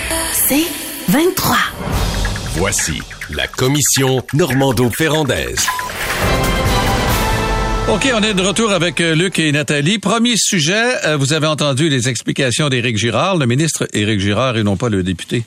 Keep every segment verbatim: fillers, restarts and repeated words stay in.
C'est vingt-trois. Voici la commission Normando-Ferrandaise. OK, on est de retour avec Luc et Nathalie. Premier sujet, vous avez entendu les explications d'Éric Girard, le ministre Éric Girard et non pas le député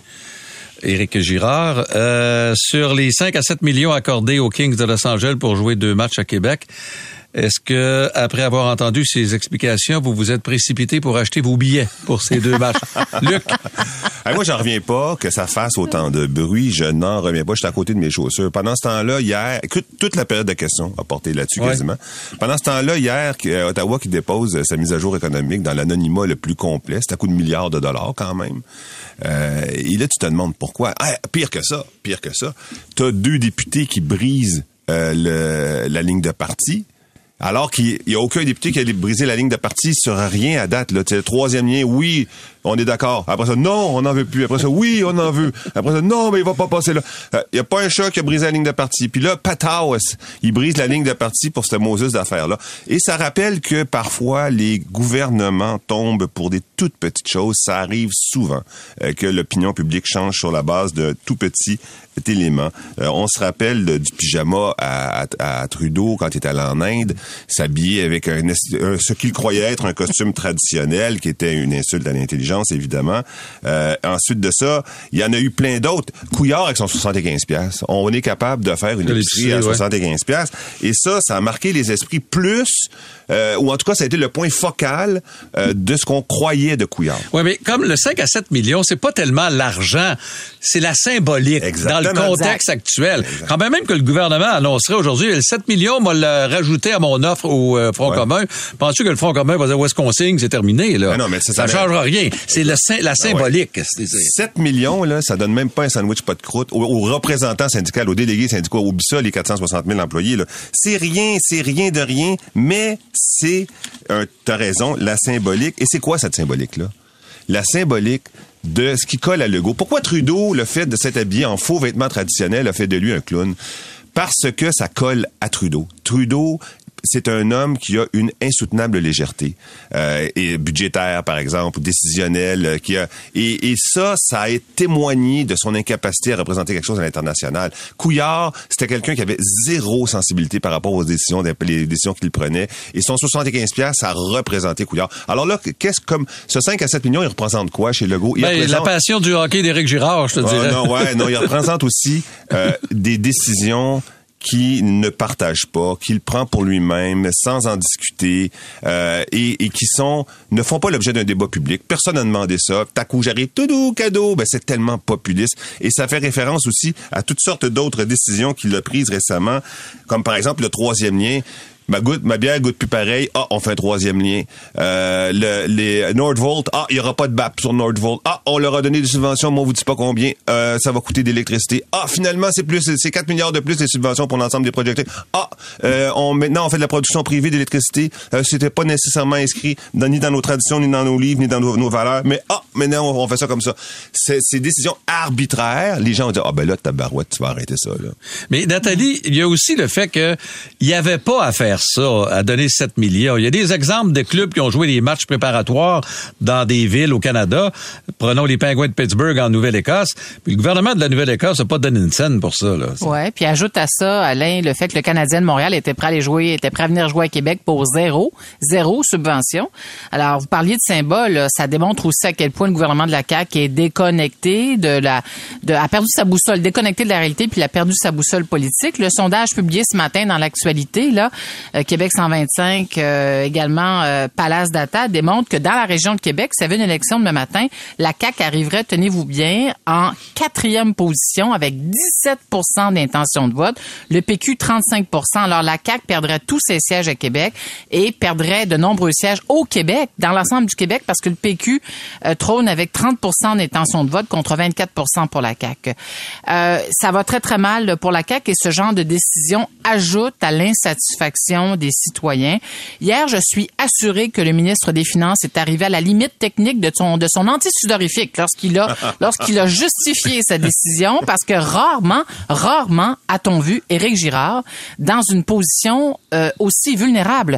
Éric Girard, euh, sur les cinq à sept millions accordés aux Kings de Los Angeles pour jouer deux matchs à Québec. Est-ce que, après avoir entendu ces explications, vous vous êtes précipité pour acheter vos billets pour ces deux matchs? Luc? Hey, moi, j'en reviens pas que ça fasse autant de bruit. Je n'en reviens pas. J'étais à côté de mes chaussures. Pendant ce temps-là, hier, écoute, toute la période de questions a porté là-dessus, ouais. quasiment. Pendant ce temps-là, hier, Ottawa qui dépose sa mise à jour économique dans l'anonymat le plus complet, c'est à coût de milliards de dollars quand même. Euh, et là, tu te demandes pourquoi. Ah, pire que ça, pire que ça. T'as deux députés qui brisent euh, le, la ligne de parti. Alors qu'il n'y a aucun député qui a brisé la ligne de parti sur rien à date. Là. Le troisième lien, oui, on est d'accord. Après ça, non, on n'en veut plus. Après ça, oui, on en veut. Après ça, non, mais il va pas passer là. Il euh, n'y a pas un chat qui a brisé la ligne de parti. Puis là, pataos, il brise la ligne de parti pour cette Moses d'affaires-là. Et ça rappelle que parfois, les gouvernements tombent pour des toutes petites choses. Ça arrive souvent euh, que l'opinion publique change sur la base de tout petits éléments. Euh, on se rappelle de, du pyjama à, à, à Trudeau quand il est allé en Inde, s'habiller avec un, un, ce qu'il croyait être un costume traditionnel, qui était une insulte à l'intelligence, évidemment. Euh, ensuite de ça, il y en a eu plein d'autres. Couillard avec son soixante-quinze piastres. On est capable de faire une épicerie à soixante-quinze piastres. Et ça, ça a marqué les esprits plus, euh, ou en tout cas, ça a été le point focal euh, de ce qu'on croyait de Couillard. Oui, mais comme le cinq à sept millions, c'est pas tellement l'argent, c'est la symbolique. Exactement. Dans le contexte exact. actuel. Exact. Quand même que le gouvernement annoncerait aujourd'hui, le sept millions, moi, le rajouter à mon offre au euh, Front ouais. commun. Penses-tu que le Front commun va dire où est-ce qu'on signe, c'est terminé, là? Non, mais ça, ça, ça changera rien. C'est le, la symbolique. Ouais. C'est, c'est... sept millions, là, ça donne même pas un sandwich pas de croûte. Aux, aux représentants syndicaux, aux délégués syndicaux, oublie ça, les quatre cent soixante mille employés, là. C'est rien, c'est rien de rien, mais c'est, euh, t'as raison, la symbolique. Et c'est quoi cette symbolique-là? La symbolique de ce qui colle à Legault. Pourquoi Trudeau, le fait de s'être habillé en faux vêtements traditionnels, a fait de lui un clown? Parce que ça colle à Trudeau. Trudeau, c'est un homme qui a une insoutenable légèreté euh, et budgétaire, par exemple, ou décisionnelle, qui a et, et ça, ça a témoigné de son incapacité à représenter quelque chose à l'international. Couillard, c'était quelqu'un qui avait zéro sensibilité par rapport aux décisions, les décisions qu'il prenait, et son soixante-quinze piastres, ça a représenté Couillard. Alors là, qu'est-ce comme ce cinq à sept millions, il représente quoi chez Legault? Il ben, représente... la passion du hockey d'Éric Girard, je te dirais. Oh, non, ouais, non, il représente aussi euh, des décisions qu'il ne partage pas, qu'il prend pour lui-même sans en discuter euh, et, et qui sont ne font pas l'objet d'un débat public. Personne n'a demandé ça. T'as coup, j'arrive, tout doux, cadeau. Ben, c'est tellement populiste. Et ça fait référence aussi à toutes sortes d'autres décisions qu'il a prises récemment, comme par exemple le troisième lien. Ma, goûte, ma bière goûte plus pareil. Ah, on fait un troisième lien. Euh, le, les Nordvolt. Ah, il y aura pas de B A P sur Nordvolt. Ah, on leur a donné des subventions. Moi, on vous dit pas combien. Euh, ça va coûter d'électricité. Ah, finalement, c'est plus, c'est quatre milliards de plus des subventions pour l'ensemble des projets. Ah, euh, on, maintenant, on fait de la production privée d'électricité. Euh, c'était pas nécessairement inscrit dans, ni dans nos traditions, ni dans nos livres, ni dans nos, nos valeurs. Mais ah, maintenant, on, on fait ça comme ça. C'est, c'est décisions arbitraires. Les gens ont dit, ah, ben là, tabarouette, tu vas arrêter ça, là. Mais Nathalie, il y a aussi le fait que il y avait pas à faire ça, à donner sept millions. Il y a des exemples de clubs qui ont joué des matchs préparatoires dans des villes au Canada. Prenons les Penguins de Pittsburgh en Nouvelle-Écosse. Puis le gouvernement de la Nouvelle-Écosse n'a pas donné une scène pour ça, là. Ouais, puis ajoute à ça, Alain, le fait que le Canadien de Montréal était prêt à aller jouer, était prêt à venir jouer à Québec pour zéro, zéro subvention. Alors, vous parliez de symboles, là, ça démontre aussi à quel point le gouvernement de la C A Q est déconnecté de la, de, a perdu sa boussole, déconnecté de la réalité, puis il a perdu sa boussole politique. Le sondage publié ce matin dans l'actualité, là, euh, Québec cent vingt-cinq, euh, également euh, Palace Data, démontre que dans la région de Québec, si il y avait une élection demain matin, la C A Q arriverait, tenez-vous bien, en quatrième position avec dix-sept pour cent d'intention de vote. Le P Q, trente-cinq pour cent. Alors, la C A Q perdrait tous ses sièges à Québec et perdrait de nombreux sièges au Québec, dans l'ensemble du Québec, parce que le P Q euh, trône avec trente pour cent d'intention de vote contre vingt-quatre pour cent pour la C A Q. Euh, ça va très, très mal pour la C A Q et ce genre de décision ajoute à l'insatisfaction des citoyens. Hier, je suis assuré que le ministre des Finances est arrivé à la limite technique de son, de son anti-sudorifique lorsqu'il a, lorsqu'il a justifié sa décision, parce que rarement, rarement a-t-on vu Éric Girard dans une position euh, aussi vulnérable.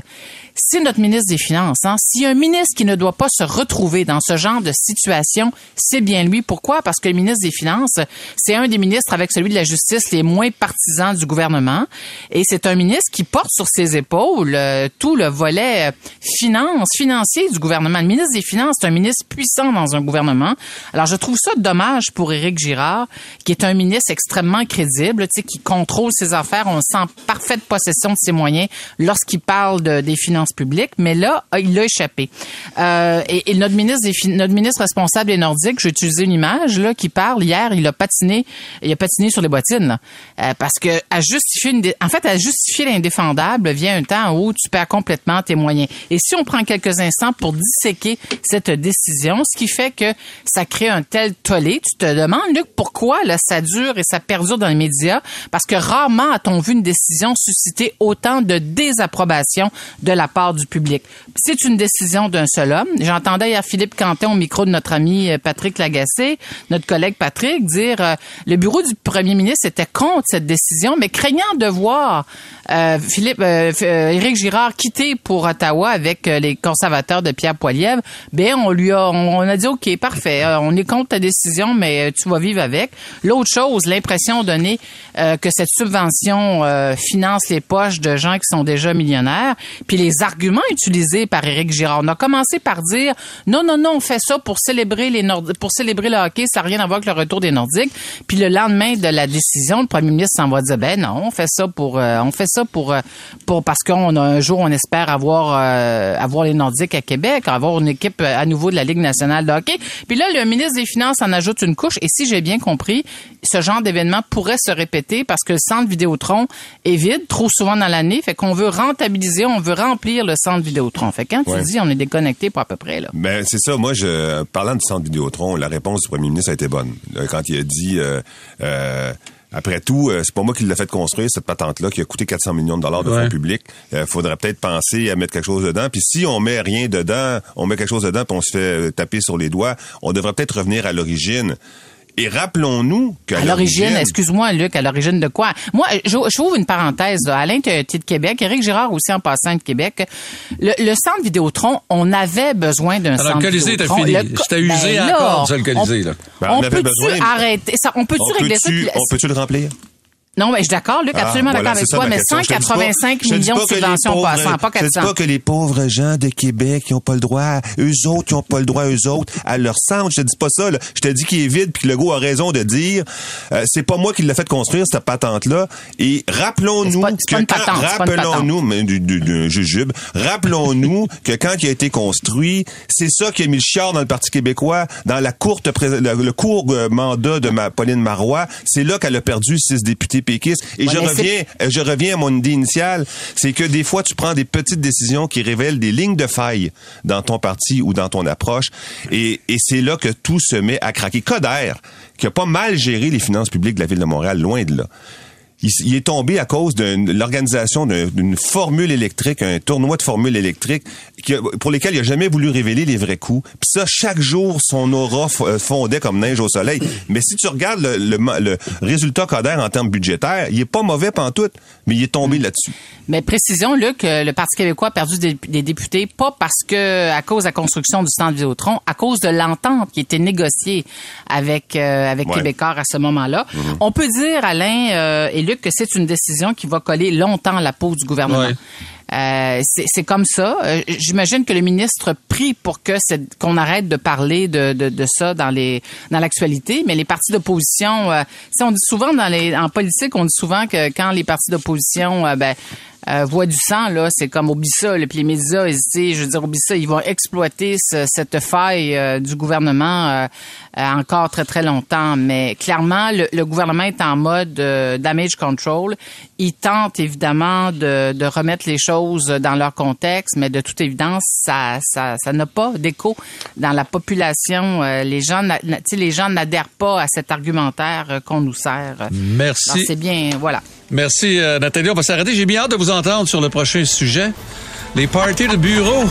c'est notre ministre des Finances. Hein. S'il y a un ministre qui ne doit pas se retrouver dans ce genre de situation, c'est bien lui. Pourquoi? Parce que le ministre des Finances, c'est un des ministres avec celui de la Justice les moins partisans du gouvernement. Et c'est un ministre qui porte sur ses épaules euh, tout le volet euh, finance, financier du gouvernement. Le ministre des Finances, c'est un ministre puissant dans un gouvernement. Alors, je trouve ça dommage pour Éric Girard, qui est un ministre extrêmement crédible, tu sais, qui contrôle ses affaires. On sent parfaite possession de ses moyens lorsqu'il parle de, des finances publiques. Mais là, il l'a échappé. Euh, et, et notre ministre des, notre ministre responsable des Nordiques, j'ai utilisé une image là qui parle. Hier, il a patiné, il a patiné sur les bottines, là, euh, parce que à justifier une, en fait, à justifier l'indéfendable vient un temps où tu perds complètement tes moyens. Et si on prend quelques instants pour disséquer cette décision, ce qui fait que ça crée un tel tollé, tu te demandes, Luc, pourquoi là ça dure et ça perdure dans les médias? Parce que rarement a-t-on vu une décision susciter autant de désapprobation de la part du public. C'est une décision d'un seul homme. J'entendais hier Philippe Quentin au micro de notre ami Patrick Lagacé, notre collègue Patrick, dire euh, le bureau du premier ministre était contre cette décision, mais craignant de voir euh, Philippe, euh, Éric Girard quitter pour Ottawa avec euh, les conservateurs de Pierre Poilievre, ben on lui a, on, on a dit ok, parfait, euh, on est contre ta décision, mais euh, tu vas vivre avec. L'autre chose, l'impression donnée euh, que cette subvention euh, finance les poches de gens qui sont déjà millionnaires, puis les arguments utilisés par Éric Girard. On a commencé par dire non, non, non, on fait ça pour célébrer les Nord- pour célébrer le hockey, ça n'a rien à voir avec le retour des Nordiques. Puis le lendemain de la décision, le premier ministre s'en va dire ben non, on fait ça pour euh, on fait ça pour euh, pour parce qu'on a un jour on espère avoir euh, avoir les Nordiques à Québec, avoir une équipe à nouveau de la Ligue nationale de hockey. Puis là le ministre des Finances en ajoute une couche et si j'ai bien compris, ce genre d'événement pourrait se répéter parce que le centre Vidéotron est vide trop souvent dans l'année, fait qu'on veut rentabiliser, on veut remplir le centre Vidéotron. Fait que quand tu ouais. dis on est déconnecté pas à peu près là. Ben c'est ça, moi je parlant du centre Vidéotron, la réponse du premier ministre a été bonne. Quand il a dit euh, euh, après tout, euh, c'est pas moi qui l'ai fait construire, cette patente-là, qui a coûté quatre cents millions de dollars de ouais. fonds publics. Euh, faudrait peut-être penser à mettre quelque chose dedans. Puis si on met rien dedans, on met quelque chose dedans puis on se fait taper sur les doigts, on devrait peut-être revenir à l'origine. Et rappelons-nous qu'à à l'origine, l'origine, excuse-moi Luc, à l'origine de quoi? Moi, je, je ouvre une parenthèse. Là. Alain, tu es de Québec. Éric Girard aussi en passant de Québec. Le, le centre Vidéotron, on avait besoin d'un Alors, centre le Colisée Vidéotron. était fini. Le, C'était usé ben encore, ça, le Colisée. On, là. Ben, on, on avait peut-tu besoin... arrêter ça? On peut-tu on régler peut-tu, ça? On peut-tu le remplir? Non, mais je suis d'accord, Luc, absolument ah, voilà, d'accord avec ça, toi, mais question. cent quatre-vingt-cinq millions de subventions passant, pas quatre cents. Je ne dis pas que les pauvres gens de Québec qui n'ont pas le droit, eux autres qui n'ont pas le droit, eux autres, à leur centre. Je te dis pas ça, là. Je te dis qu'il est vide puis que Legault a raison de dire, euh, c'est pas moi qui l'ai fait construire, cette patente-là. Et rappelons-nous c'est pas, c'est que pas quand, patente, rappelons-nous, mais du, du, du jujube, rappelons-nous que quand il a été construit, c'est ça qui a mis le chiard dans le Parti québécois, dans la courte, pré- le, le court mandat de ma, Pauline Marois. C'est là qu'elle a perdu six députés péquistes. Et ouais, je reviens, je reviens à mon idée initiale, c'est que des fois, tu prends des petites décisions qui révèlent des lignes de faille dans ton parti ou dans ton approche, et, et c'est là que tout se met à craquer. Coder, qui a pas mal géré les finances publiques de la Ville de Montréal, loin de là. Il, il est tombé à cause de l'organisation d'une, d'une formule électrique, un tournoi de formules électriques, qui a, pour lesquels il a jamais voulu révéler les vrais coûts. Puis ça, chaque jour, son aura fondait comme neige au soleil. Mais si tu regardes le, le, le résultat Coder en termes budgétaires, il est pas mauvais pantoute, mais il est tombé là-dessus. Mais précisons, Luc, le Parti québécois a perdu des, des députés, pas parce que à cause de la construction du centre Vidéotron, à cause de l'entente qui était négociée avec euh, avec ouais. Québécois à ce moment-là. Mm-hmm. On peut dire, Alain euh, et Luc, que c'est une décision qui va coller longtemps à la peau du gouvernement. Ouais. Euh, c'est, c'est comme ça. Euh, j'imagine que le ministre prie pour que c'est, qu'on arrête de parler de, de, de ça dans les dans l'actualité, mais les partis d'opposition, euh, on dit souvent dans les en politique, on dit souvent que quand les partis d'opposition, euh, ben Euh, voix du sang, là, c'est comme oublie ça, là, puis les médias, ils, je veux dire, oublie ça, ils vont exploiter ce, cette faille euh, du gouvernement euh, euh, encore très, très longtemps. Mais clairement, le, le gouvernement est en mode euh, damage control. Il tente, évidemment, de, de remettre les choses dans leur contexte, mais de toute évidence, ça, ça, ça n'a pas d'écho dans la population. Euh, les gens, tu sais, les gens n'adhèrent pas à cet argumentaire euh, qu'on nous sert. Merci. Alors, c'est bien, voilà. Merci, euh, Nathalie. On va s'arrêter. J'ai bien hâte de vous entendre sur le prochain sujet. Les parties de bureau.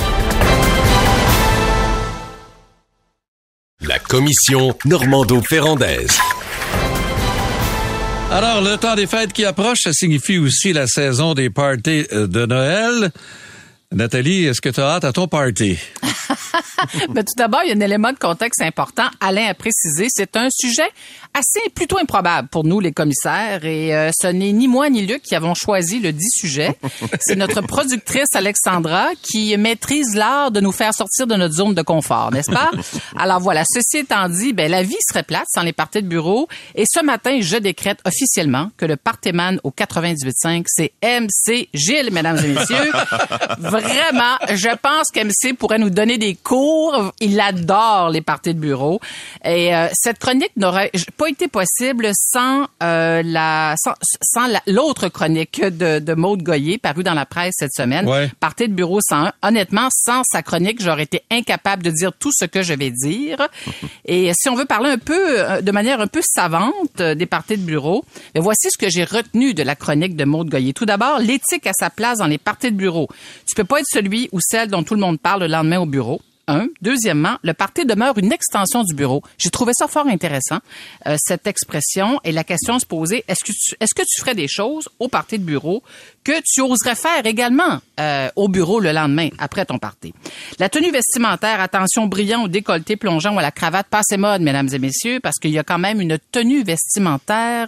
La commission Normando-Ferrandaise. Alors, le temps des fêtes qui approche, ça signifie aussi la saison des parties de Noël. Nathalie, est-ce que tu as hâte à ton party? Mais tout d'abord, il y a un élément de contexte important. Alain a précisé, c'est un sujet assez plutôt improbable pour nous, les commissaires. Et euh, ce n'est ni moi ni Luc qui avons choisi le dit sujet. C'est notre productrice Alexandra qui maîtrise l'art de nous faire sortir de notre zone de confort, n'est-ce pas? Alors voilà, ceci étant dit, ben la vie serait plate sans les parties de bureau. Et ce matin, je décrète officiellement que le partyman au quatre-vingt-dix-huit virgule cinq, c'est M C Gilles, mesdames et messieurs. Vraiment, je pense qu'M C pourrait nous donner des cours. Il adore les parties de bureau. Et euh, cette chronique n'aurait pas été possible sans euh, la sans, sans la, l'autre chronique de, de Maude Goyer parue dans la presse cette semaine. Ouais. Partie de bureau cent un. Honnêtement, sans sa chronique, j'aurais été incapable de dire tout ce que je vais dire. Et si on veut parler un peu, de manière un peu savante des parties de bureau, mais voici ce que j'ai retenu de la chronique de Maude Goyer. Tout d'abord, l'éthique a sa place dans les parties de bureau. Tu peux pas être celui ou celle dont tout le monde parle le lendemain au bureau. Un. Deuxièmement, le party demeure une extension du bureau. J'ai trouvé ça fort intéressant, euh, cette expression, et la question se posait, est-ce que tu, est-ce que tu ferais des choses au party de bureau que tu oserais faire également euh, au bureau le lendemain, après ton party? La tenue vestimentaire, attention, brillant au décolleté plongeant ou à la cravate, passez mode, mesdames et messieurs, parce qu'il y a quand même une tenue vestimentaire.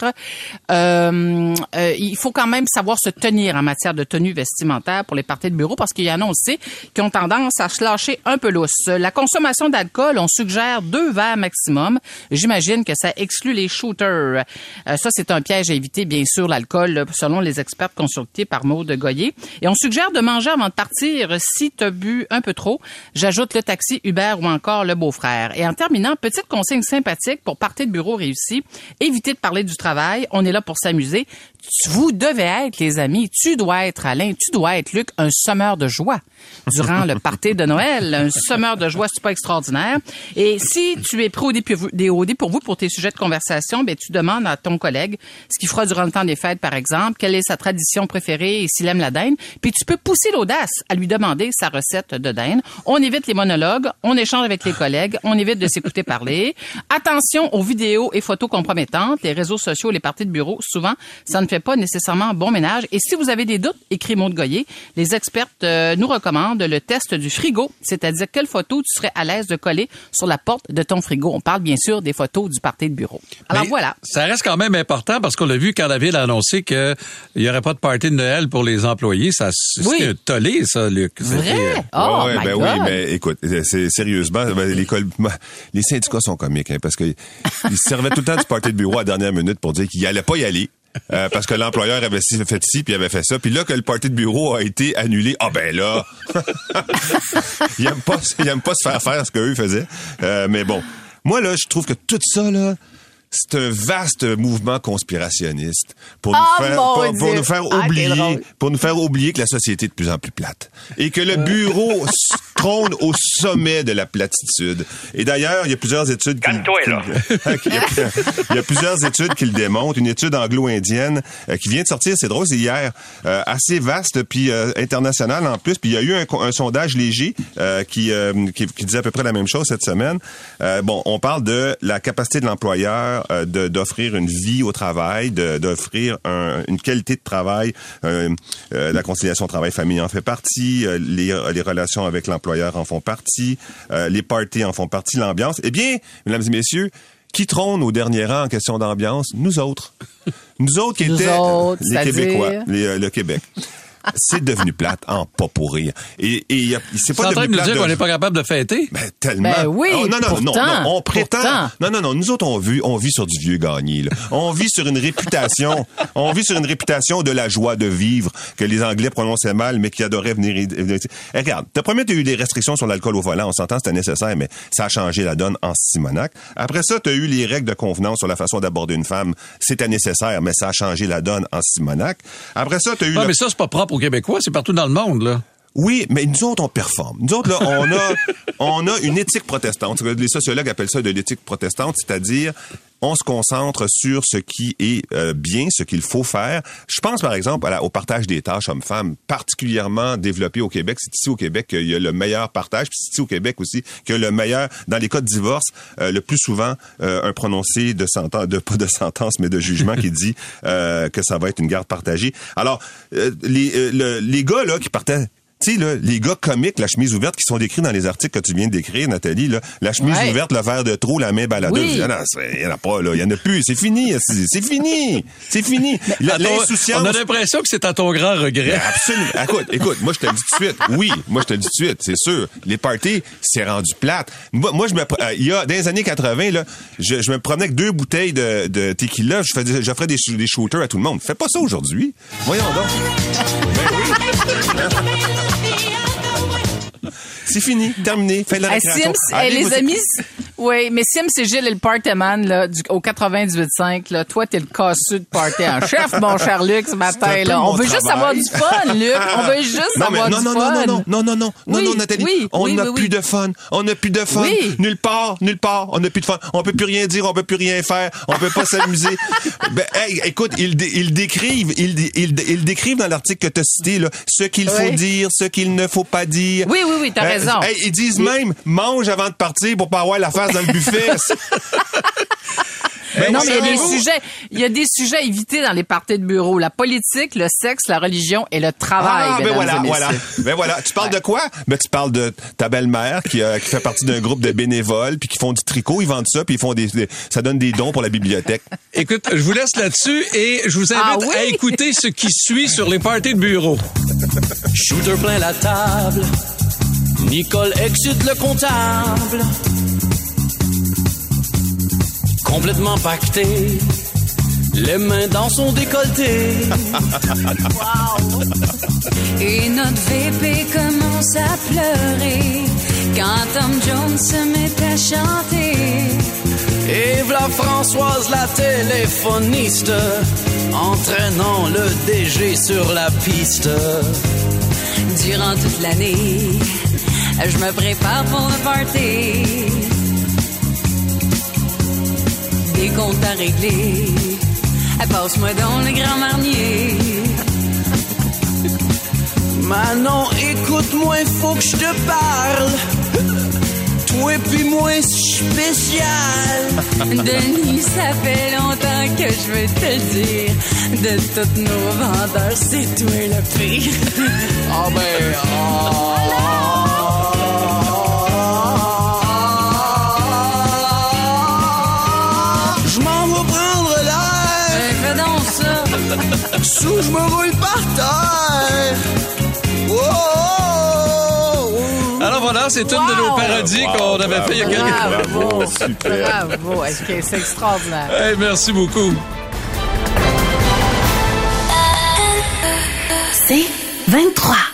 Euh, euh, il faut quand même savoir se tenir en matière de tenue vestimentaire pour les parties de bureau, parce qu'il y en a aussi qui ont tendance à se lâcher un peu lousse. La consommation d'alcool, on suggère deux verres maximum. J'imagine que ça exclut les shooters. Euh, ça, c'est un piège à éviter, bien sûr, l'alcool, selon les experts consultés par Maude Goyer. Et on suggère de manger avant de partir si tu as bu un peu trop. J'ajoute le taxi, Uber ou encore le beau-frère. Et en terminant, petite consigne sympathique pour party de bureau réussi. Évitez de parler du travail. On est là pour s'amuser. Vous devez être, les amis, tu dois être, Alain, tu dois être, Luc, un semeur de joie durant le party de Noël. Un semeur de joie, c'est pas extraordinaire. Et si tu es prêt au dépourvu pour tes sujets de conversation, ben tu demandes à ton collègue ce qu'il fera durant le temps des fêtes, par exemple, quelle est sa tradition préférée et s'il aime la dinde. Puis tu peux pousser l'audace à lui demander sa recette de dinde. On évite les monologues, on échange avec les collègues, on évite de s'écouter parler. Attention aux vidéos et photos compromettantes. Les réseaux sociaux, les parties de bureau, souvent, ça ne fait pas nécessairement bon ménage. Et si vous avez des doutes, écrit Maude Goyer, les expertes euh, nous recommandent le test du frigo, c'est-à-dire quelle photo tu serais à l'aise de coller sur la porte de ton frigo. On parle bien sûr des photos du party de bureau. Alors mais voilà. Ça reste quand même important parce qu'on l'a vu quand la ville a annoncé qu'il n'y aurait pas de party de Noël pour les employés. Ça, c'est oui. un tollé, ça, Luc. Vrai? Oh, ouais, my ben God. oui, mais écoute, c'est sérieusement, ben, l'école, les syndicats sont comiques, hein, parce que ils servaient tout le temps du party de bureau à la dernière minute pour dire qu'il allait pas y aller. Euh, parce que l'employeur avait fait ci puis avait fait ça, puis là que le party de bureau a été annulé, ah ben là, il aime pas, il aime pas se faire faire ce qu'eux faisaient. Euh, mais bon, moi là, je trouve que tout ça là, c'est un vaste mouvement conspirationniste pour nous oh, faire pour, pour nous faire ah, oublier pour nous faire oublier que la société est de plus en plus plate et que le bureau trône au sommet de la platitude. Et d'ailleurs, il y a plusieurs études qui Calme-toi, là. il, y a, il y a plusieurs études qui le démontrent. Une étude anglo-indienne euh, qui vient de sortir, c'est drôle, c'est hier, euh, assez vaste puis euh, internationale en plus. Puis il y a eu un, un sondage léger euh, qui, euh, qui qui disait à peu près la même chose cette semaine. Euh, bon, on parle de la capacité de l'employeur euh, de d'offrir une vie au travail, de d'offrir un, une qualité de travail. Euh, euh, la conciliation travail-famille en fait partie. Euh, les, les relations avec l'employeur en font partie, euh, les parties en font partie, l'ambiance. Eh bien, mesdames et messieurs, qui trône au dernier rang en question d'ambiance? Nous autres. Nous autres qui Nous étaient autres, les Québécois, les, euh, le Québec. C'est devenu plate en pas pour rire. Et, et c'est pas C'est en train de devenu nous plate dire de... qu'on n'est pas capable de fêter? Ben, tellement. Ben oui, oh, non, non, pourtant, non, non, on prétend. pourtant. Non, non, non, nous autres, on vit, on vit sur du vieux gagné, là. On vit sur une réputation, on vit sur une réputation de la joie de vivre, que les Anglais prononçaient mal, mais qui adoraient venir. Et, regarde, t'as premier, t'as eu des restrictions sur l'alcool au volant, on s'entend, c'était nécessaire, mais ça a changé la donne en Simonac. Après ça, t'as eu les règles de convenance sur la façon d'aborder une femme, c'était nécessaire, mais ça a changé la donne en Simonac. Après ça, t'as eu. Non, le... mais ça, c'est pas propre aux Québécois, c'est partout dans le monde, là. Oui, mais nous autres, on performe. Nous autres, là, on a, on a une éthique protestante. Les sociologues appellent ça de l'éthique protestante, c'est-à-dire, on se concentre sur ce qui est euh, bien, ce qu'il faut faire. Je pense, par exemple, à la, au partage des tâches hommes-femmes, particulièrement développé au Québec. C'est ici au Québec qu'il y a le meilleur partage, puis c'est ici au Québec aussi qu'il y a le meilleur, dans les cas de divorce, euh, le plus souvent, euh, un prononcé de sentence, de, pas de sentence, mais de jugement qui dit euh, que ça va être une garde partagée. Alors, euh, les, euh, le, les gars, là, qui partaient tu sais, là, les gars comiques, la chemise ouverte, qui sont décrits dans les articles que tu viens de décrire, Nathalie, là, la chemise Ouais. ouverte, le verre de trop, la main baladeuse. Oui. Ah non, il y en a pas, là. Il y en a plus. C'est fini. C'est, c'est fini. C'est fini. La- À ton- L'insouciance. On a l'impression que c'est à ton grand regret. Ben, absolument. Écoute, écoute, moi, je te le dis tout de suite. Oui, moi, je te le dis tout de suite, c'est sûr. Les parties, c'est rendu plate. Moi, moi je me, euh, il y a, dans les années quatre-vingts, là, je, je me promenais avec deux bouteilles de, de tequila, je faisais, j'offrais des, des shooters à tout le monde. Fais pas ça aujourd'hui. Voyons donc. Ben oui. C'est fini, terminé. Fais de la Hey, récréation. Sims, Allez, hey, les vous- amis, c- oui, mais Sims, c'est Gilles et le partyman, là, du, au quatre-vingt-dix-huit virgule cinq, là. Toi, t'es le casseux de party en chef, mon cher Luc, ce matin, un peu là. On mon veut juste travail. avoir du fun, Luc. On veut juste Non, mais avoir non, du non, fun. non, non, non, non, non, non, non, Oui, non, Nathalie. oui, on oui, n'a oui, plus oui. de fun. On n'a plus de fun. Oui. Nulle part, nulle part. On n'a plus de fun. On peut plus rien dire, on peut plus rien faire. On peut pas s'amuser. Ben, hey, écoute, ils, dé- ils décrivent, ils, dé- ils, dé- ils décrivent dans l'article que tu as cité, là, ce qu'il faut Oui. dire, ce qu'il ne faut pas dire. Oui, oui, oui, t'as Euh, raison. hey, ils disent même, mange avant de partir pour pas avoir la face dans le buffet. Ben, Non, mais il y a des savez-vous? sujets, il y a des sujets à éviter dans les parties de bureau. La politique, le sexe, la religion et le travail. Ah, ben mesdames voilà, et voilà. messieurs. Ben voilà. Tu parles de quoi? Ben, tu parles de ta belle-mère qui, euh, qui fait partie d'un groupe de bénévoles puis qui font du tricot, ils vendent ça puis ils font des, des- ça donne des dons pour la bibliothèque. Écoute, je vous laisse là-dessus et je vous invite Ah oui? à écouter ce qui suit sur les parties de bureau. Shooter plein la table. Nicole excite le comptable. Complètement pacté. Les mains dans son décolleté. Et notre V P commence à pleurer quand Tom Jones se met à chanter. Et v'là Françoise la téléphoniste entraînant le D G sur la piste. Durant toute l'année, je me prépare pour le party. Des comptes à régler, passe-moi dans le Grand Marnier. Manon, écoute-moi, faut que je te parle. Toi pis moi, c'est spécial. Denis, ça fait longtemps que je veux te le dire. De tous nos vendeurs, c'est toi le pire. Ah ben, je m'en vais prendre l'air. Ben, fais donc ça. Sous, je me roule par terre. Oh, oh, oh. Alors voilà, c'est une de nos Wow! parodies qu'on avait fait il y a quelques... Bravo. Super. Bravo. Est-ce que c'est extraordinaire? Hey, merci beaucoup. C'est vingt-trois.